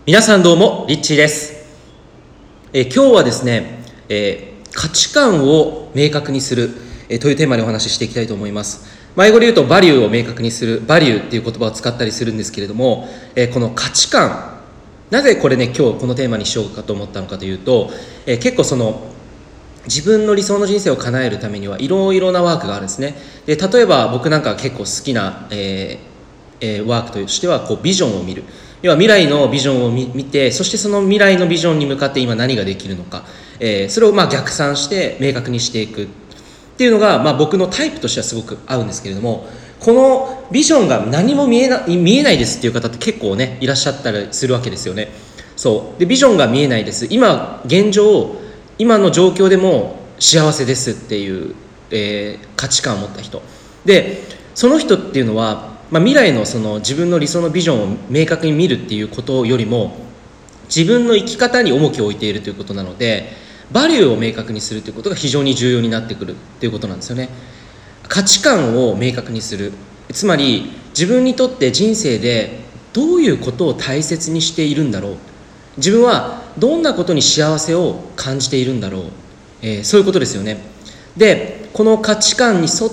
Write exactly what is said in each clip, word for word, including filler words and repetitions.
皆さんどうもリッチーです。えー今日はですね、えー価値観を明確にする、えーというテーマでお話ししていきたいと思います。まあ英語で言うとバリューを明確にする、バリューっていう言葉を使ったりするんですけれども、えーこの価値観、なぜこれね今日このテーマにしようかと思ったのかというと、えー結構その自分の理想の人生を叶えるためにはいろいろなワークがあるんですね。で例えば僕なんか結構好きな、えーえーワークとしてはこうビジョンを見る。要は未来のビジョンを 見, 見て、そしてその未来のビジョンに向かって今何ができるのか、えーそれをまあ逆算して明確にしていくっていうのが、まあ、僕のタイプとしてはすごく合うんですけれども、このビジョンが何も見えな見えないですっていう方って結構ねいらっしゃったりするわけですよね。そうでビジョンが見えないです、今現状今の状況でも幸せですっていう、えー価値観を持った人で、その人っていうのは、まあ、未来のその自分の理想のビジョンを明確に見るっていうことよりも自分の生き方に重きを置いているということなので、バリューを明確にするということが非常に重要になってくるということなんですよね。価値観を明確にする、つまり自分にとって人生でどういうことを大切にしているんだろう、自分はどんなことに幸せを感じているんだろう、えーそういうことですよね。でこの価値観に沿った、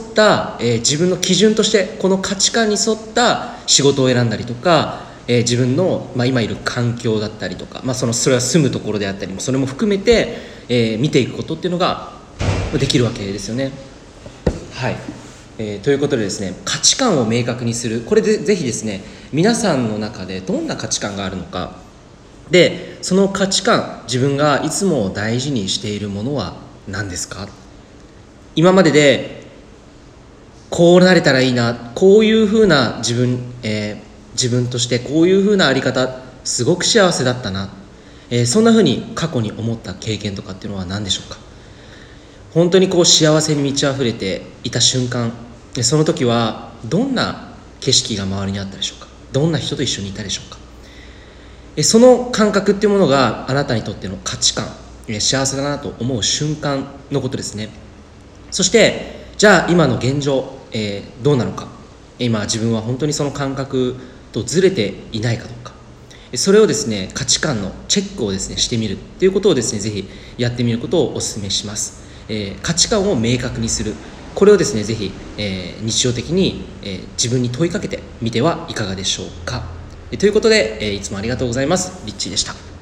えー自分の基準としてこの価値観に沿った仕事を選んだりとか、えー自分の、まあ、今いる環境だったりとか、まあ、そのそれは住むところであったりもそれも含めて、えー見ていくことっていうのができるわけですよね。はい、えーということでですね、価値観を明確にする、これでぜひですね皆さんの中でどんな価値観があるのか、でその価値観、自分がいつも大事にしているものは何ですか。今まででこうなれたらいいな、こういうふうな自分、えー自分としてこういうふうなあり方すごく幸せだったな、えーそんなふうに過去に思った経験とかっていうのは何でしょうか。本当にこう幸せに満ち溢れていた瞬間、でその時はどんな景色が周りにあったでしょうか。どんな人と一緒にいたでしょうか。えその感覚っていうものがあなたにとっての価値観、え幸せだなと思う瞬間のことですね。そしてじゃあ今の現状、えーどうなのか、今自分は本当にその感覚とずれていないかどうか、それをですね価値観のチェックをですねしてみるっていうことをですねぜひやってみることをお勧めします。えー価値観を明確にする、これをですねぜひ、えー日常的に、えー自分に問いかけてみてはいかがでしょうか。えーということで、えーいつもありがとうございます。リッチーでした。